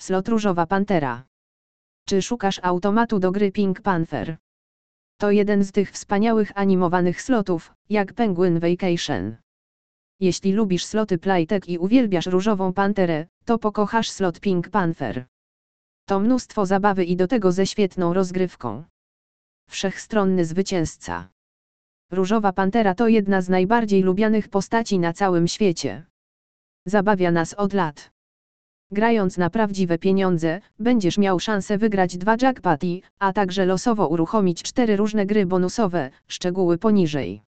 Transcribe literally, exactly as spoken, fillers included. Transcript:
slot Różowa Pantera. Czy szukasz automatu do gry Pink Panther? To jeden z tych wspaniałych animowanych slotów, jak Penguin Vacation. Jeśli lubisz sloty Playtech i uwielbiasz Różową Panterę, to pokochasz slot Pink Panther. To mnóstwo zabawy i do tego ze świetną rozgrywką. Wszechstronny zwycięzca. Różowa Pantera to jedna z najbardziej lubianych postaci na całym świecie. Zabawia nas od lat. Grając na prawdziwe pieniądze, będziesz miał szansę wygrać dwa jackpoty, a także losowo uruchomić cztery różne gry bonusowe, szczegóły poniżej.